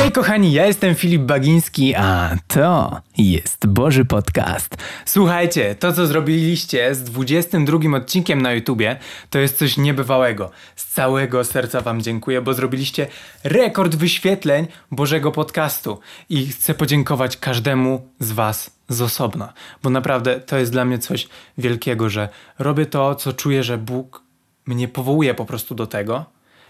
Hej kochani, ja jestem Filip Bagiński, a to jest Boży Podcast. Słuchajcie, to co zrobiliście z 22 odcinkiem na YouTubie, to jest coś niebywałego. Z całego serca wam dziękuję, bo zrobiliście rekord wyświetleń Bożego Podcastu. I chcę podziękować każdemu z was z osobna, bo naprawdę to jest dla mnie coś wielkiego, że robię to, co czuję, że Bóg mnie powołuje po prostu do tego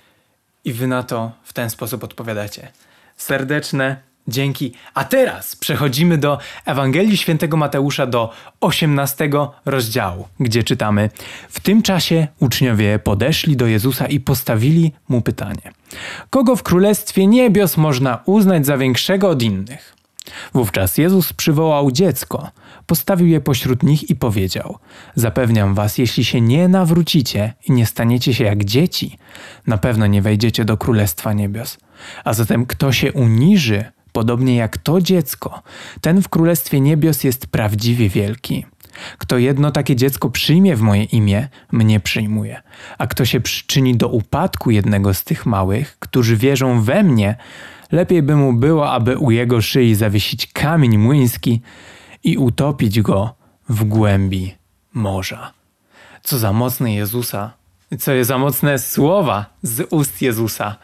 i wy na to w ten sposób odpowiadacie. Serdeczne dzięki. A teraz przechodzimy do Ewangelii Świętego Mateusza, do 18 rozdziału, gdzie czytamy: W tym czasie uczniowie podeszli do Jezusa i postawili mu pytanie: kogo w Królestwie Niebios można uznać za większego od innych? Wówczas Jezus przywołał dziecko, postawił je pośród nich i powiedział: Zapewniam was, jeśli się nie nawrócicie i nie staniecie się jak dzieci, na pewno nie wejdziecie do Królestwa Niebios. A zatem kto się uniży, podobnie jak to dziecko, ten w Królestwie Niebios jest prawdziwie wielki. Kto jedno takie dziecko przyjmie w moje imię, mnie przyjmuje. A kto się przyczyni do upadku jednego z tych małych, którzy wierzą we mnie, lepiej by mu było, aby u jego szyi zawiesić kamień młyński i utopić go w głębi morza. Co za mocne Jezusa, co za mocne słowa z ust Jezusa.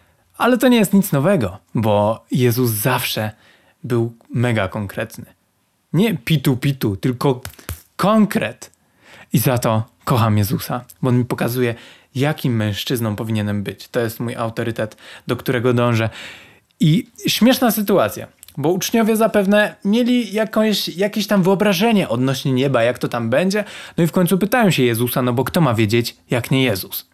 Ale to nie jest nic nowego, bo Jezus zawsze był mega konkretny. Nie pitu, tylko konkret. I za to kocham Jezusa, bo on mi pokazuje, jakim mężczyzną powinienem być. To jest mój autorytet, do którego dążę. I śmieszna sytuacja, bo uczniowie zapewne mieli jakieś tam wyobrażenie odnośnie nieba, jak to tam będzie. No i w końcu pytają się Jezusa, no bo kto ma wiedzieć, jak nie Jezus?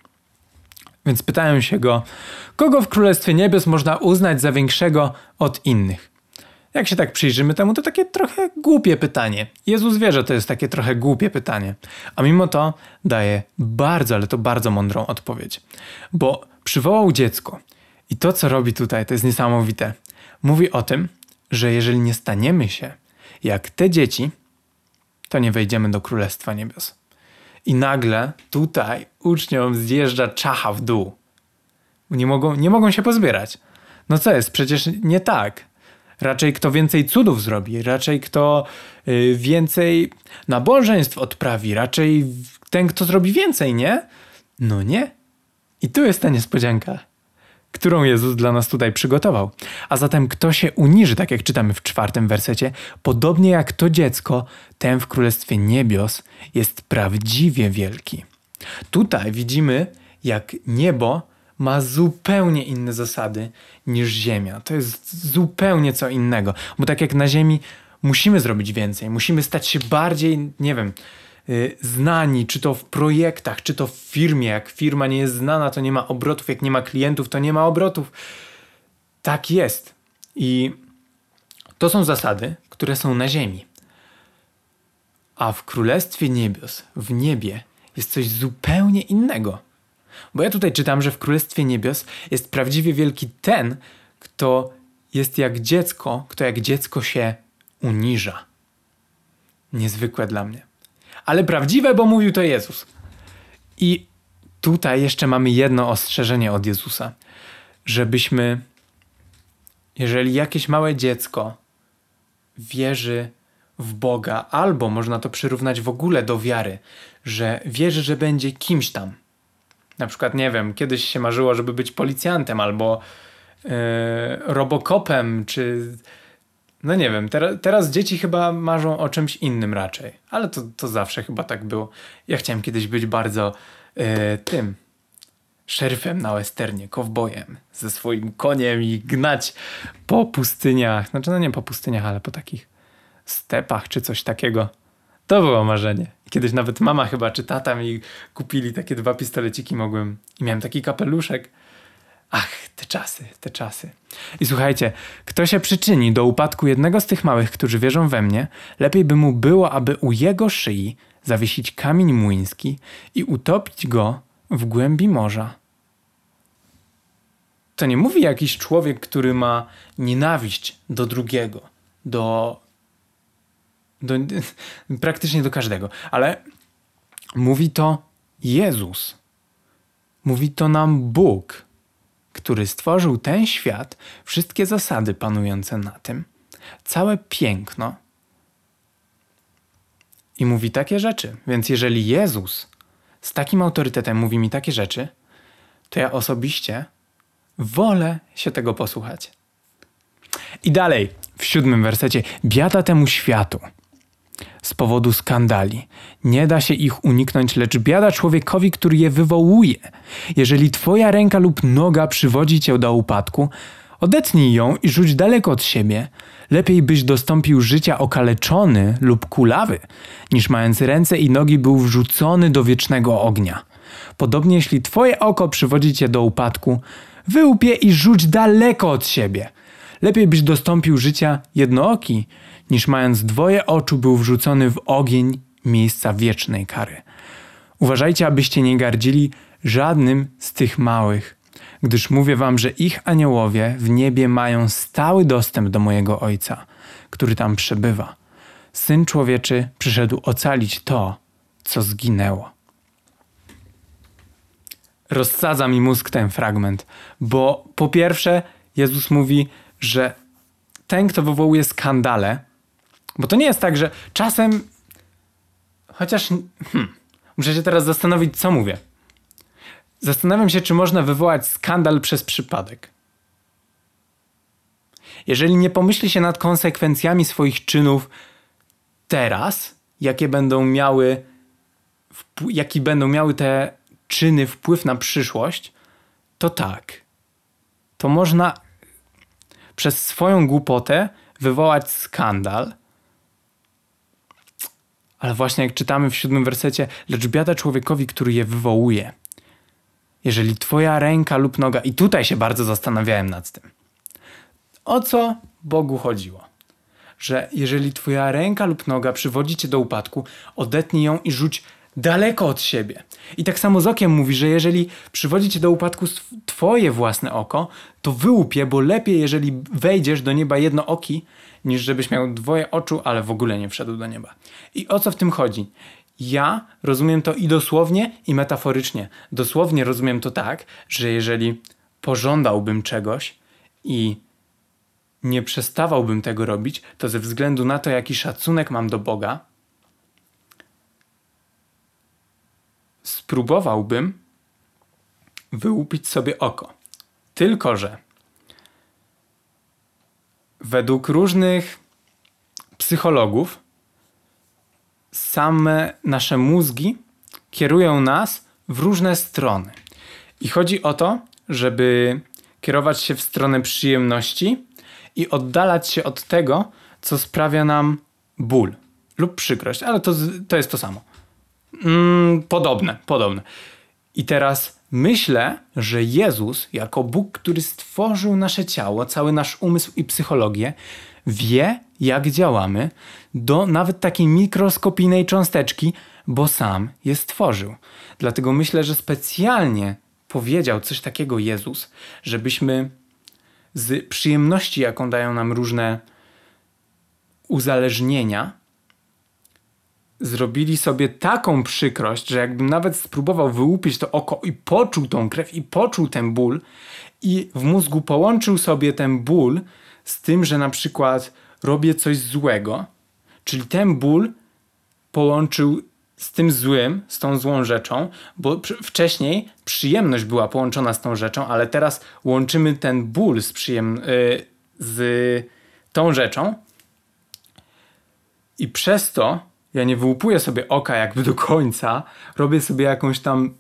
Więc pytają się go, kogo w Królestwie Niebios można uznać za większego od innych? Jak się tak przyjrzymy temu, to takie trochę głupie pytanie. Jezus wie, że to jest takie trochę głupie pytanie. A mimo to daje bardzo, ale to bardzo mądrą odpowiedź. Bo przywołał dziecko. I to, co robi tutaj, to jest niesamowite. Mówi o tym, że jeżeli nie staniemy się jak te dzieci, to nie wejdziemy do Królestwa Niebios. I nagle tutaj uczniom zjeżdża czacha w dół. Nie mogą się pozbierać. No co jest? Przecież nie tak. Raczej kto więcej cudów zrobi, raczej kto więcej nabożeństw odprawi, raczej ten, kto zrobi więcej, nie? No nie. I tu jest ta niespodzianka, którą Jezus dla nas tutaj przygotował. A zatem kto się uniży, tak jak czytamy w 4 wersecie, podobnie jak to dziecko, ten w Królestwie Niebios jest prawdziwie wielki. Tutaj widzimy, jak niebo ma zupełnie inne zasady niż ziemia. To jest zupełnie co innego. Bo tak jak na ziemi musimy zrobić więcej, musimy stać się bardziej, znani, czy to w projektach, czy to w firmie. Jak firma nie jest znana, to nie ma obrotów. Jak nie ma klientów, to nie ma obrotów. Tak jest. I to są zasady, które są na ziemi. A w Królestwie Niebios, w niebie, jest coś zupełnie innego. Bo ja tutaj czytam, że w Królestwie Niebios jest prawdziwie wielki ten, kto jest jak dziecko, kto jak dziecko się uniża. Niezwykłe dla mnie. Ale prawdziwe, bo mówił to Jezus. I tutaj jeszcze mamy jedno ostrzeżenie od Jezusa. Żebyśmy, jeżeli jakieś małe dziecko wierzy w Boga, albo można to przyrównać w ogóle do wiary, że wierzy, że będzie kimś tam. Na przykład, kiedyś się marzyło, żeby być policjantem, albo robokopem, czy... teraz dzieci chyba marzą o czymś innym raczej. Ale to zawsze chyba tak było. Ja chciałem kiedyś być bardzo szeryfem na westernie, kowbojem, ze swoim koniem i gnać po pustyniach. Nie po pustyniach, ale po takich stepach, czy coś takiego. To było marzenie. Kiedyś nawet mama chyba, czy tata mi kupili takie 2 pistoleciki, i miałem taki kapeluszek. Ach, te czasy. I słuchajcie, kto się przyczyni do upadku jednego z tych małych, którzy wierzą we mnie, lepiej by mu było, aby u jego szyi zawiesić kamień młyński i utopić go w głębi morza. To nie mówi jakiś człowiek, który ma nienawiść do drugiego, praktycznie do każdego, ale mówi to Jezus. Mówi to nam Bóg. który stworzył ten świat, wszystkie zasady panujące na tym, całe piękno i mówi takie rzeczy. Więc jeżeli Jezus z takim autorytetem mówi mi takie rzeczy, to ja osobiście wolę się tego posłuchać. I dalej, w 7 wersecie. Biada temu światu z powodu skandali. Nie da się ich uniknąć, lecz biada człowiekowi, który je wywołuje. Jeżeli twoja ręka lub noga przywodzi cię do upadku, odetnij ją i rzuć daleko od siebie. Lepiej byś dostąpił życia okaleczony lub kulawy, niż mając ręce i nogi był wrzucony do wiecznego ognia. Podobnie jeśli twoje oko przywodzi cię do upadku, wyłup je i rzuć daleko od siebie. Lepiej byś dostąpił życia jednooki, niż mając 2 oczu był wrzucony w ogień miejsca wiecznej kary. Uważajcie, abyście nie gardzili żadnym z tych małych, gdyż mówię wam, że ich aniołowie w niebie mają stały dostęp do mojego Ojca, który tam przebywa. Syn Człowieczy przyszedł ocalić to, co zginęło. Rozsadza mi mózg ten fragment, bo po pierwsze Jezus mówi, że ten, kto wywołuje skandale, bo to nie jest tak, że czasem, chociaż muszę się teraz zastanowić, co mówię. Zastanawiam się, czy można wywołać skandal przez przypadek. Jeżeli nie pomyśli się nad konsekwencjami swoich czynów teraz, jaki będą miały te czyny wpływ na przyszłość, to tak. To można przez swoją głupotę wywołać skandal. Ale właśnie jak czytamy w 7 wersecie, lecz biada człowiekowi, który je wywołuje. Jeżeli twoja ręka lub noga, i tutaj się bardzo zastanawiałem nad tym, o co Bogu chodziło? Że jeżeli twoja ręka lub noga przywodzi cię do upadku, odetnij ją i rzuć daleko od siebie. I tak samo z okiem mówi, że jeżeli przywodzi cię do upadku twoje własne oko, to wyłup je, bo lepiej, jeżeli wejdziesz do nieba jednooki, niż żebyś miał 2 oczu, ale w ogóle nie wszedł do nieba. I o co w tym chodzi? Ja rozumiem to i dosłownie, i metaforycznie. Dosłownie rozumiem to tak, że jeżeli pożądałbym czegoś i nie przestawałbym tego robić, to ze względu na to, jaki szacunek mam do Boga, spróbowałbym wyłupić sobie oko. Tylko że według różnych psychologów same nasze mózgi kierują nas w różne strony. I chodzi o to, żeby kierować się w stronę przyjemności i oddalać się od tego, co sprawia nam ból lub przykrość, ale to jest to samo. Podobne. I teraz myślę, że Jezus, jako Bóg, który stworzył nasze ciało, cały nasz umysł i psychologię, wie, jak działamy do nawet takiej mikroskopijnej cząsteczki, bo sam je stworzył. Dlatego myślę, że specjalnie powiedział coś takiego Jezus, żebyśmy z przyjemności, jaką dają nam różne uzależnienia, zrobili sobie taką przykrość, że jakbym nawet spróbował wyłupić to oko i poczuł tą krew i poczuł ten ból i w mózgu połączył sobie ten ból z tym, że na przykład robię coś złego, czyli ten ból połączył z tym złym, z tą złą rzeczą, bo wcześniej przyjemność była połączona z tą rzeczą, ale teraz łączymy ten ból z tą rzeczą i przez to ja nie wyłupuję sobie oka jakby do końca, robię sobie jakąś tam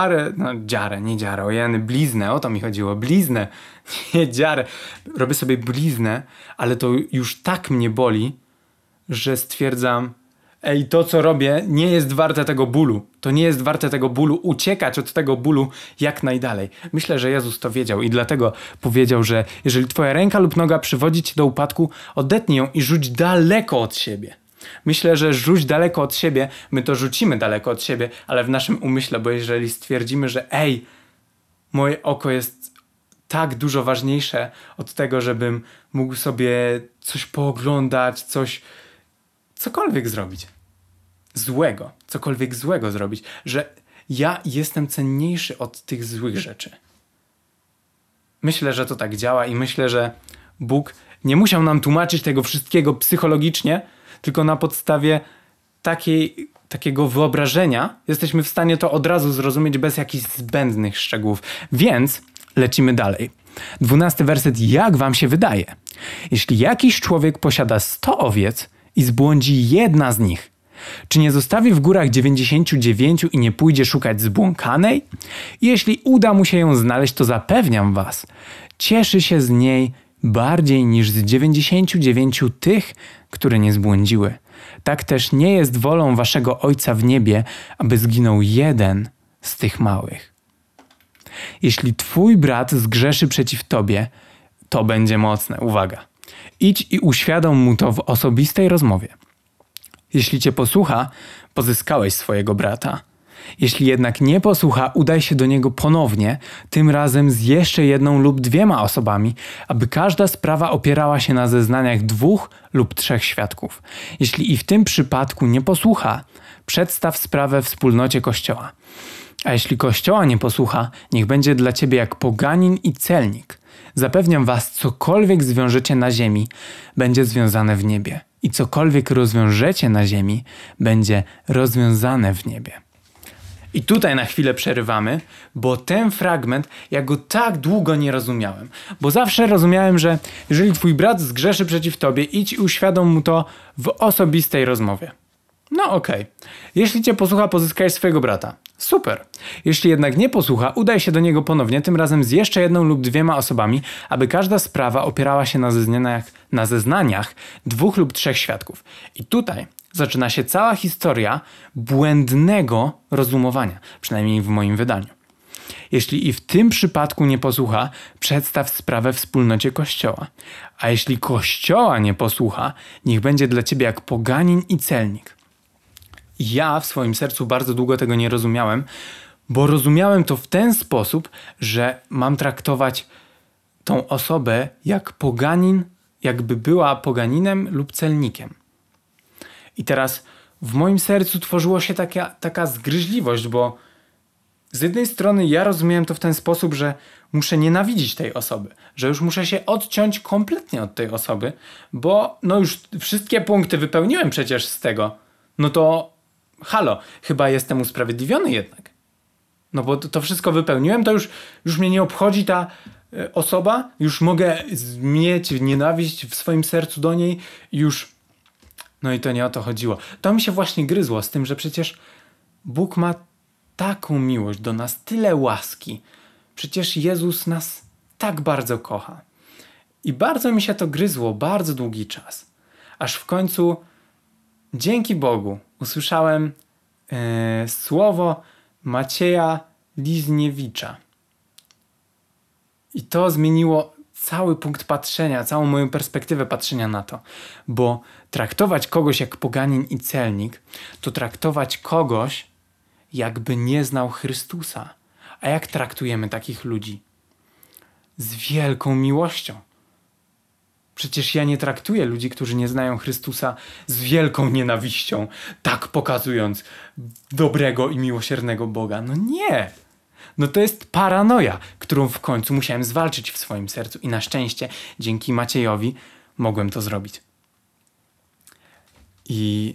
bliznę, o to mi chodziło, bliznę, nie dziarę, robię sobie bliznę, ale to już tak mnie boli, że stwierdzam, to co robię nie jest warte tego bólu, to nie jest warte tego bólu, uciekać od tego bólu jak najdalej. Myślę, że Jezus to wiedział i dlatego powiedział, że jeżeli twoja ręka lub noga przywodzi cię do upadku, odetnij ją i rzuć daleko od siebie. Myślę, że rzuć daleko od siebie, my to rzucimy daleko od siebie, ale w naszym umyśle, bo jeżeli stwierdzimy, że moje oko jest tak dużo ważniejsze od tego, żebym mógł sobie coś pooglądać, cokolwiek zrobić. Cokolwiek złego zrobić, że ja jestem cenniejszy od tych złych rzeczy. Myślę, że to tak działa i myślę, że Bóg nie musiał nam tłumaczyć tego wszystkiego psychologicznie, tylko na podstawie takiego wyobrażenia jesteśmy w stanie to od razu zrozumieć bez jakichś zbędnych szczegółów. Więc lecimy dalej. 12 werset. Jak wam się wydaje? Jeśli jakiś człowiek posiada 100 owiec i zbłądzi jedna z nich, czy nie zostawi w górach 99 i nie pójdzie szukać zbłąkanej? Jeśli uda mu się ją znaleźć, to zapewniam was, cieszy się z niej bardziej niż z 99 tych, które nie zbłądziły. Tak też nie jest wolą waszego Ojca w niebie, aby zginął jeden z tych małych. Jeśli twój brat zgrzeszy przeciw tobie, to będzie mocne. Uwaga. Idź i uświadom mu to w osobistej rozmowie. Jeśli cię posłucha, pozyskałeś swojego brata. Jeśli jednak nie posłucha, udaj się do niego ponownie, tym razem z jeszcze jedną lub 2 osobami, aby każda sprawa opierała się na zeznaniach 2 lub 3 świadków. Jeśli i w tym przypadku nie posłucha, przedstaw sprawę wspólnocie Kościoła. A jeśli Kościoła nie posłucha, niech będzie dla ciebie jak poganin i celnik. Zapewniam was, cokolwiek zwiążecie na ziemi, będzie związane w niebie. I cokolwiek rozwiążecie na ziemi, będzie rozwiązane w niebie. I tutaj na chwilę przerywamy, bo ten fragment, ja go tak długo nie rozumiałem. Bo zawsze rozumiałem, że jeżeli twój brat zgrzeszy przeciw tobie, idź i uświadom mu to w osobistej rozmowie. No okej. Jeśli cię posłucha, pozyskaj swojego brata. Super. Jeśli jednak nie posłucha, udaj się do niego ponownie, tym razem z jeszcze 1 lub 2 osobami, aby każda sprawa opierała się na zeznaniach 2 lub 3 świadków. I tutaj zaczyna się cała historia błędnego rozumowania, przynajmniej w moim wydaniu. Jeśli i w tym przypadku nie posłucha, przedstaw sprawę wspólnocie Kościoła. A jeśli Kościoła nie posłucha, niech będzie dla ciebie jak poganin i celnik. Ja w swoim sercu bardzo długo tego nie rozumiałem, bo rozumiałem to w ten sposób, że mam traktować tą osobę jak poganin, jakby była poganinem lub celnikiem. I teraz w moim sercu tworzyła się taka zgryźliwość, bo z jednej strony ja rozumiałem to w ten sposób, że muszę nienawidzić tej osoby, że już muszę się odciąć kompletnie od tej osoby, bo no już wszystkie punkty wypełniłem przecież z tego. No to halo, chyba jestem usprawiedliwiony jednak. No bo to wszystko wypełniłem, to już mnie nie obchodzi ta osoba, już mogę mieć nienawiść w swoim sercu do niej i już... No i to nie o to chodziło. To mi się właśnie gryzło z tym, że przecież Bóg ma taką miłość do nas, tyle łaski. Przecież Jezus nas tak bardzo kocha. I bardzo mi się to gryzło, bardzo długi czas. Aż w końcu, dzięki Bogu, usłyszałem słowo Macieja Lizniewicza. I to zmieniło cały punkt patrzenia, całą moją perspektywę patrzenia na to. Bo traktować kogoś jak poganin i celnik, to traktować kogoś, jakby nie znał Chrystusa. A jak traktujemy takich ludzi? Z wielką miłością. Przecież ja nie traktuję ludzi, którzy nie znają Chrystusa, z wielką nienawiścią, tak pokazując dobrego i miłosiernego Boga. No nie! No to jest paranoja, którą w końcu musiałem zwalczyć w swoim sercu i na szczęście dzięki Maciejowi mogłem to zrobić. I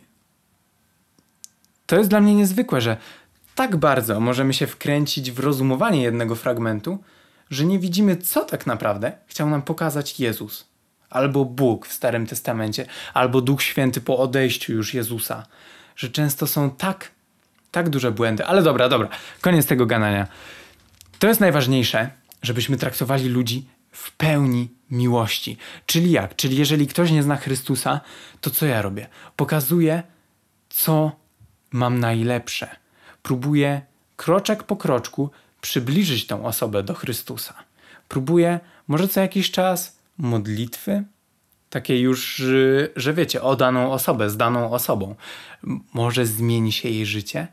to jest dla mnie niezwykłe, że tak bardzo możemy się wkręcić w rozumowanie jednego fragmentu, że nie widzimy, co tak naprawdę chciał nam pokazać Jezus. Albo Bóg w Starym Testamencie, albo Duch Święty po odejściu już Jezusa. Że często są tak duże błędy. Ale dobra, koniec tego gadania. To jest najważniejsze, żebyśmy traktowali ludzi w pełni miłości. Czyli jak? Czyli jeżeli ktoś nie zna Chrystusa, to co ja robię? Pokazuję, co mam najlepsze. Próbuję kroczek po kroczku przybliżyć tą osobę do Chrystusa. Próbuję może co jakiś czas modlitwy, takie już, że wiecie, o daną osobę, z daną osobą. Może zmieni się jej życie.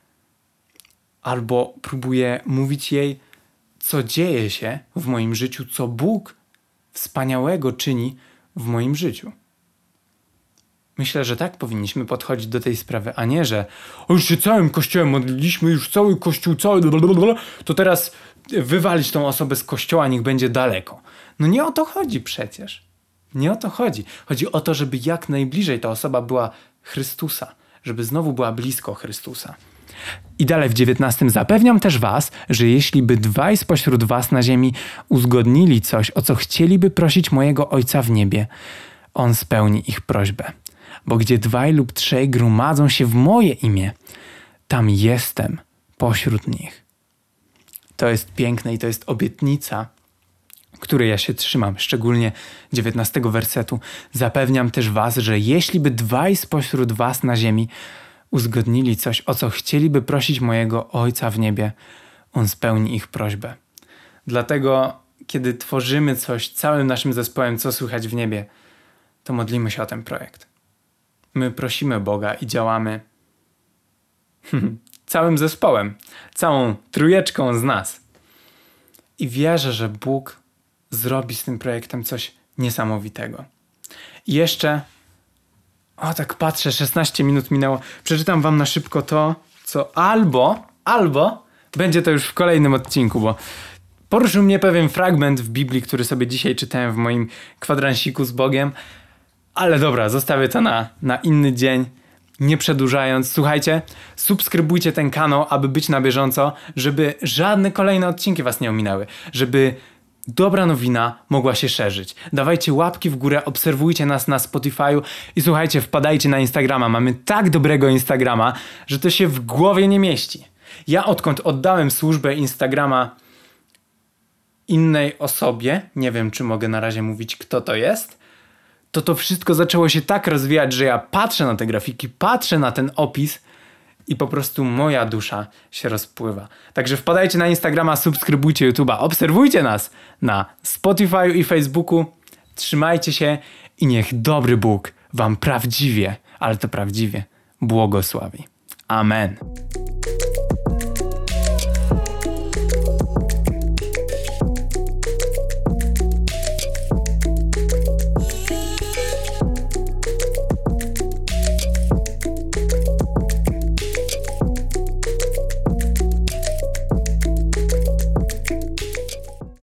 Albo próbuję mówić jej, co dzieje się w moim życiu, co Bóg wspaniałego czyni w moim życiu. Myślę, że tak powinniśmy podchodzić do tej sprawy, a nie, że już się całym kościołem modliliśmy, już cały kościół, to teraz wywalić tą osobę z kościoła, niech będzie daleko. No nie o to chodzi przecież. Nie o to chodzi. Chodzi o to, żeby jak najbliżej ta osoba była Chrystusa, żeby znowu była blisko Chrystusa. I dalej w 19. Zapewniam też was, że jeśli by dwaj spośród was na ziemi uzgodnili coś, o co chcieliby prosić mojego Ojca w niebie, On spełni ich prośbę. Bo gdzie dwaj lub trzej gromadzą się w moje imię, tam jestem pośród nich. To jest piękne i to jest obietnica, której ja się trzymam, szczególnie 19 wersetu. Zapewniam też was, że jeśli by dwaj spośród was na ziemi uzgodnili coś, o co chcieliby prosić mojego Ojca w niebie, On spełni ich prośbę. Dlatego, kiedy tworzymy coś całym naszym zespołem, co słychać w niebie, to modlimy się o ten projekt. My prosimy Boga i działamy całym zespołem, całą trójeczką z nas. I wierzę, że Bóg zrobi z tym projektem coś niesamowitego. I jeszcze, tak patrzę, 16 minut minęło. Przeczytam wam na szybko to, co albo będzie to już w kolejnym odcinku, bo poruszył mnie pewien fragment w Biblii, który sobie dzisiaj czytałem w moim kwadransiku z Bogiem. Ale dobra, zostawię to na inny dzień. Nie przedłużając, słuchajcie, subskrybujcie ten kanał, aby być na bieżąco, żeby żadne kolejne odcinki was nie ominęły, żeby dobra nowina mogła się szerzyć. Dawajcie łapki w górę, obserwujcie nas na Spotify'u i słuchajcie, wpadajcie na Instagrama. Mamy tak dobrego Instagrama, że to się w głowie nie mieści. Ja odkąd oddałem służbę Instagrama innej osobie, nie wiem, czy mogę na razie mówić, kto to jest, to wszystko zaczęło się tak rozwijać, że ja patrzę na te grafiki, patrzę na ten opis i po prostu moja dusza się rozpływa. Także wpadajcie na Instagrama, subskrybujcie YouTube'a, obserwujcie nas na Spotify i Facebooku. Trzymajcie się i niech dobry Bóg wam prawdziwie, ale to prawdziwie, błogosławi. Amen.